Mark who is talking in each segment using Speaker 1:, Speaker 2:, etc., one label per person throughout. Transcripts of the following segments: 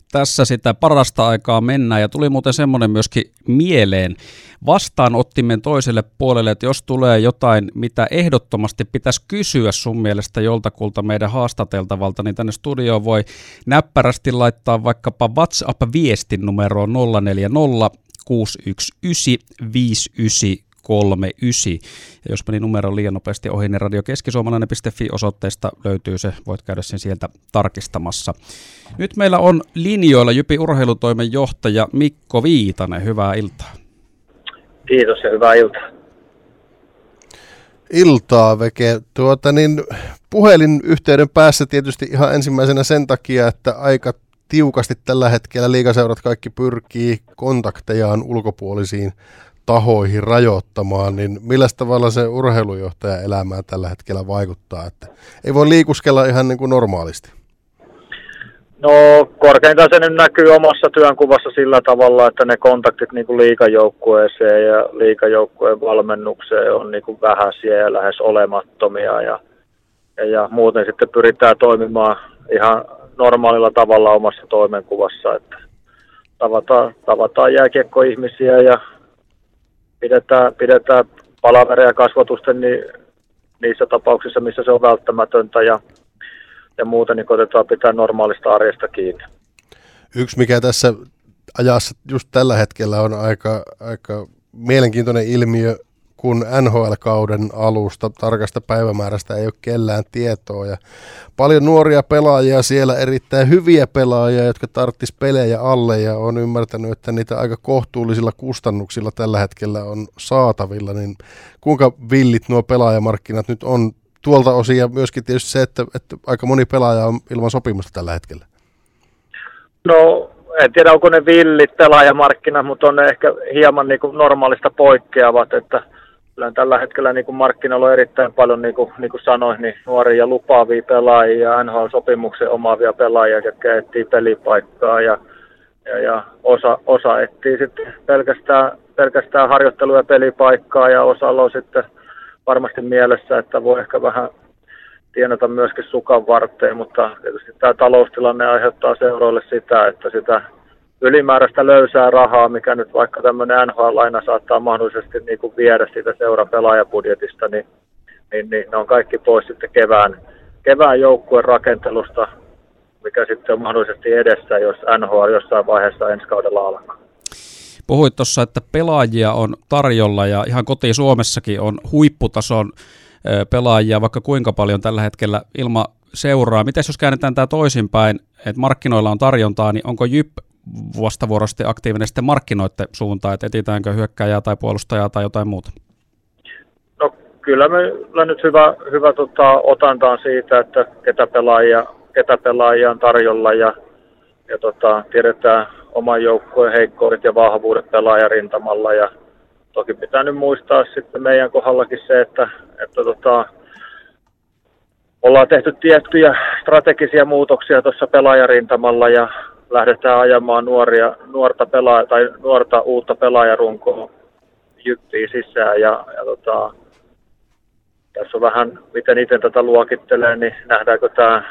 Speaker 1: tässä sitä parasta aikaa mennään ja tuli muuten semmoinen myöskin mieleen vastaanottimen toiselle puolelle, että jos tulee jotain, mitä ehdottomasti pitäisi kysyä sun mielestä joltakulta meidän haastateltavalta, niin tänne studioon voi näppärästi laittaa vaikkapa WhatsApp-viestin numeroon 040 619 5939. Ja jos meni numero liian nopeasti ohi, niin radiokeskisuomalainen.fi osoitteesta löytyy se. Voit käydä sen sieltä tarkistamassa. Nyt meillä on linjoilla Jypin urheilutoimen johtaja Mikko Viitanen. Hyvää iltaa.
Speaker 2: Kiitos ja hyvää iltaa.
Speaker 3: Iltaa, Veke. Puhelinyhteyden päässä tietysti ihan ensimmäisenä sen takia, että aika tiukasti tällä hetkellä liigaseurat kaikki pyrkii kontaktejaan ulkopuolisiin tahoihin rajoittamaan, niin millä tavalla se urheilujohtajan elämään tällä hetkellä vaikuttaa, että ei voi liikuskella ihan niin kuin normaalisti?
Speaker 2: No korkeintaan se nyt näkyy omassa työnkuvassa sillä tavalla, että ne kontaktit niin kuin liigajoukkueeseen ja liigajoukkueen valmennukseen on niin kuin vähäisiä ja lähes olemattomia ja muuten sitten pyritään toimimaan ihan normaalilla tavalla omassa toimenkuvassa, että tavataan jääkiekkoihmisiä ja pidetään palavereja kasvatusten niissä tapauksissa, missä se on välttämätöntä ja muuten niin koitetaan pitää normaalista arjesta kiinni.
Speaker 3: Yksi mikä tässä ajassa just tällä hetkellä on aika mielenkiintoinen ilmiö, kun NHL-kauden alusta tarkasta päivämäärästä ei ole kellään tietoa. Ja paljon nuoria pelaajia siellä, erittäin hyviä pelaajia, jotka tarvitsisi pelejä alle ja on ymmärtänyt, että niitä aika kohtuullisilla kustannuksilla tällä hetkellä on saatavilla. Niin kuinka villit nuo pelaajamarkkinat nyt on tuolta osin ja myöskin tietysti se, että aika moni pelaaja on ilman sopimusta tällä hetkellä? No
Speaker 2: en tiedä, onko ne villit pelaajamarkkinat, mutta on ne ehkä hieman niin kuin normaalista poikkeavat, että tällä hetkellä niin kuin markkinoilla on erittäin paljon, niin kuin sanoin, niin nuoria ja lupaavia pelaajia ja NHL-sopimuksen omaavia pelaajia, jotka etsii pelipaikkaa ja osa etsii sitten pelkästään harjoittelu- ja pelipaikkaa ja osalla on sitten varmasti mielessä, että voi ehkä vähän tienata myöskin sukan varteen, mutta tietysti tämä taloustilanne aiheuttaa seuroille sitä, että sitä ylimääräistä löysää rahaa, mikä nyt vaikka tämmöinen NHL-laina saattaa mahdollisesti niin kuin viedä siitä seuran pelaajabudjetista, niin ne on kaikki pois sitten kevään joukkueen rakentelusta, mikä sitten on mahdollisesti edessä, jos NHL jossain vaiheessa ensi kaudella alkaa.
Speaker 1: Puhuit tuossa, että pelaajia on tarjolla ja ihan koti-Suomessakin on huipputason pelaajia vaikka kuinka paljon tällä hetkellä ilman seuraa. Mites jos käännetään tämä toisinpäin, että markkinoilla on tarjontaa, niin onko Jyp vastavuoroisesti aktiivinen sitten markkinoiden suuntaan, että etsitäänkö hyökkääjää tai puolustajaa tai jotain muuta?
Speaker 2: No kyllä meillä nyt hyvä otanta on siitä, että ketä pelaajia on tarjolla ja tiedetään oman joukkueen heikkoudet ja vahvuudet pelaajarintamalla ja toki pitää nyt muistaa sitten meidän kohdallakin se, että ollaan tehty tiettyjä strategisia muutoksia tuossa pelaajarintamalla ja lähdetään ajamaan nuorta uutta pelaajarunkoa Jyppiin sisään ja tässä on vähän, miten itse tätä luokittelee, niin nähdäänkö tämä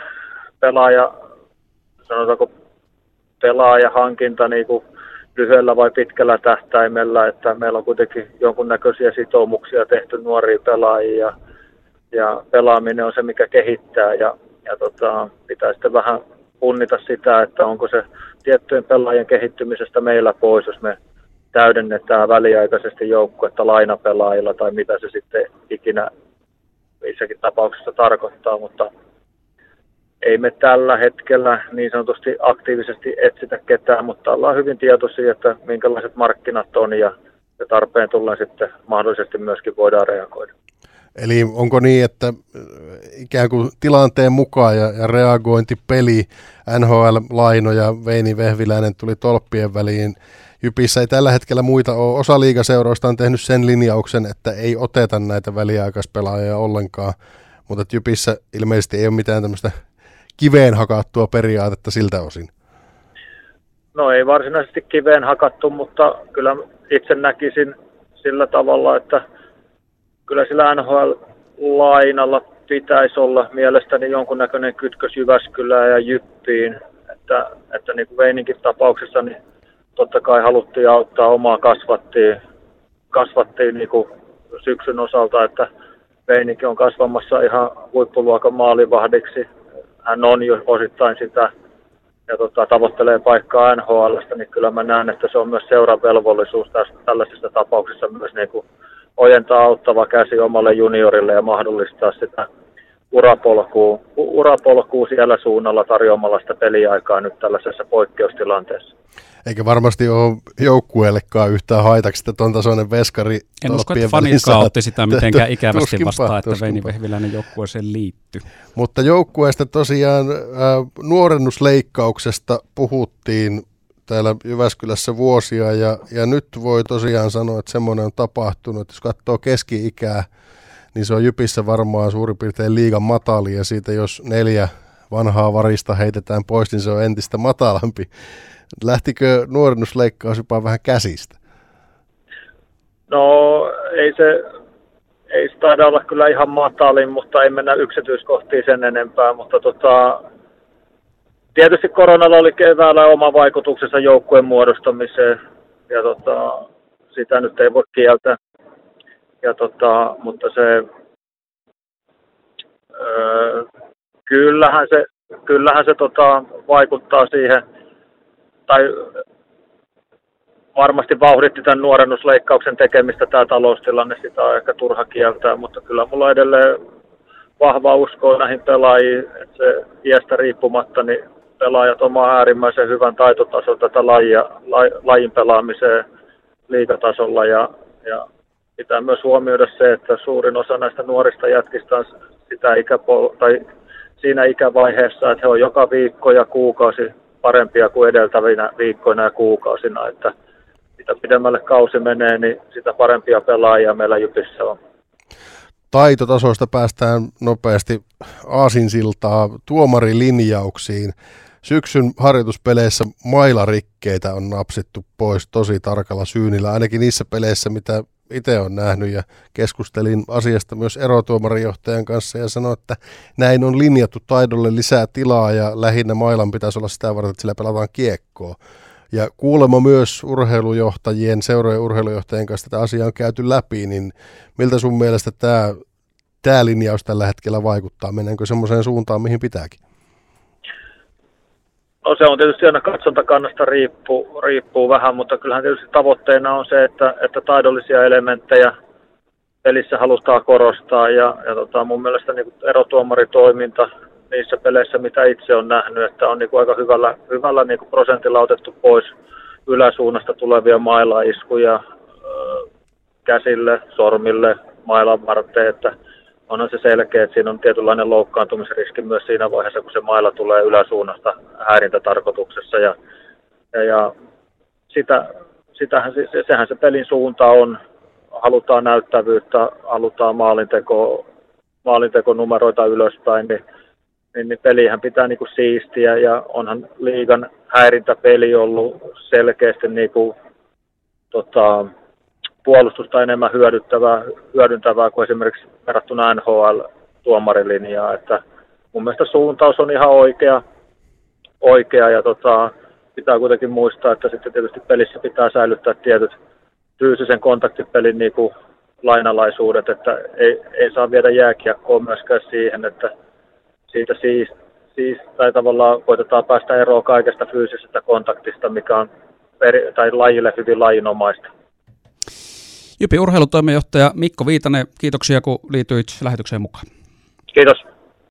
Speaker 2: pelaajahankinta niin kuin lyhyellä vai pitkällä tähtäimellä, että meillä on kuitenkin jonkunnäköisiä sitoumuksia tehty nuoria pelaajia ja pelaaminen on se, mikä kehittää ja pitää sitten vähän punnita sitä, että onko se tiettyjen pelaajien kehittymisestä meillä pois, jos me täydennetään väliaikaisesti joukkuetta lainapelaajilla tai mitä se sitten ikinä missäkin tapauksessa tarkoittaa, mutta ei me tällä hetkellä niin sanotusti aktiivisesti etsitä ketään, mutta ollaan hyvin tietoisia, että minkälaiset markkinat on ja tarpeen tullen sitten mahdollisesti myöskin voidaan reagoida.
Speaker 3: Eli onko niin, että ikään kuin tilanteen mukaan ja reagointipeli, NHL-lainoja, Veini Vehviläinen tuli tolppien väliin, Jypissä ei tällä hetkellä muita ole. Osa liigaseuroista on tehnyt sen linjauksen, että ei oteta näitä väliaikaispelaajia ollenkaan, mutta Jypissä ilmeisesti ei ole mitään tämmöistä kiveen hakattua periaatetta siltä osin.
Speaker 2: No ei varsinaisesti kiveen hakattu, mutta kyllä itse näkisin sillä tavalla, että kyllä sillä NHL-lainalla pitäisi olla mielestäni jonkunnäköinen kytkös Jyväskylään ja Jyppiin. että niin kuin Veininkin tapauksessa niin totta kai haluttiin auttaa omaa kasvattiin niin kuin syksyn osalta, että Veininkin on kasvamassa ihan huippuluokan maalivahdiksi. Hän on jo osittain sitä ja tavoittelee paikkaa NHL:stä, niin kyllä mä näen, että se on myös seuran velvollisuus tällaisissa tapauksissa myös niin kuin ojentaa auttava käsi omalle juniorille ja mahdollistaa sitä urapolkua siellä suunnalla tarjoamalla sitä peliaikaa nyt tällaisessa poikkeustilanteessa.
Speaker 3: Eikä varmasti ole joukkueellekaan yhtään haitaksi, että ton tasoinen veskari.
Speaker 1: En usko, että fanitkaan otti sitä mitenkään ikävästi vastaan, että Veini Vehviläinen joukkueeseen liittyi.
Speaker 3: Mutta joukkueesta tosiaan nuorennusleikkauksesta puhuttiin täällä Jyväskylässä vuosia ja nyt voi tosiaan sanoa, että semmoinen on tapahtunut, että jos katsoo keski-ikää, niin se on Jypissä varmaan suurin piirtein liigan matali ja siitä jos 4 vanhaa varista heitetään pois, niin se on entistä matalampi. Lähtikö nuorennusleikkaus jopa vähän käsistä?
Speaker 2: No ei se taida olla kyllä ihan matalin, mutta ei mennä yksityiskohtiin sen enempää, mutta tietysti koronalla oli keväällä oma vaikutuksensa joukkueen muodostamiseen ja sitä nyt ei voi kieltää. Ja mutta se kyllähän se vaikuttaa siihen tai varmasti vauhditti tämän nuorennusleikkauksen tekemistä tämä taloustilanne, sitä on ehkä turha kieltää, mutta kyllä mulla on edelleen vahva usko näihin pelaajiin, että se iästä riippumatta, niin pelaajat omaa äärimmäisen hyvän taitotason tätä lajin pelaamiseen liigatasolla ja pitää myös huomioida se, että suurin osa näistä nuorista jätkistä on siinä ikävaiheessa, että he on joka viikko ja kuukausi parempia kuin edeltävinä viikkoina ja kuukausina, että mitä pidemmälle kausi menee, niin sitä parempia pelaajia meillä Jypissä on.
Speaker 3: Taitotasoista päästään nopeasti aasinsiltaa tuomarilinjauksiin. Syksyn harjoituspeleissä mailarikkeitä on napsittu pois tosi tarkalla syynillä, ainakin niissä peleissä, mitä itse olen nähnyt ja keskustelin asiasta myös erotuomarijohtajan kanssa ja sanoin, että näin on linjattu taidolle lisää tilaa ja lähinnä mailan pitäisi olla sitä varten, että sillä pelataan kiekkoa. Ja kuulemma myös seurojen urheilujohtajien kanssa tätä asiaa on käyty läpi, niin miltä sun mielestä tämä linjaus tällä hetkellä vaikuttaa? Mennäänkö semmoiseen suuntaan, mihin pitääkin?
Speaker 2: No se on tietysti aina katsontakannasta riippuu vähän, mutta kyllähän tietysti tavoitteena on se, että taidollisia elementtejä pelissä halutaan korostaa ja mun mielestä niin erotuomaritoiminta niissä peleissä, mitä itse on nähnyt, että on niin aika hyvällä niin prosentilla otettu pois yläsuunnasta tulevia mailaiskuja käsille, sormille, mailan varteen, että onhan se selkeä, että siinä on tietynlainen loukkaantumisriski myös siinä vaiheessa, kun se maila tulee yläsuunnasta häirintätarkoituksessa. Ja sehän se pelin suunta on. Halutaan näyttävyyttä, halutaan maalintekonumeroita ylöspäin, niin pelihän pitää niinku siistiä. Ja onhan liigan häirintäpeli ollut selkeästi niinku, puolustusta enemmän hyödyntävää kuin esimerkiksi verrattuna NHL-tuomarilinjaa, että mun mielestä suuntaus on ihan oikea ja pitää kuitenkin muistaa, että sitten tietysti pelissä pitää säilyttää tietyt fyysisen kontaktipelin niin kuin lainalaisuudet, että ei saa viedä jääkiekkoa myöskään siihen, että siitä tai tavallaan koitetaan päästä eroon kaikesta fyysisestä kontaktista, mikä on lajille hyvin lajinomaista.
Speaker 1: Jypin urheilutoimenjohtaja Mikko Viitanen, kiitoksia kun liityit lähetykseen mukaan.
Speaker 2: Kiitos.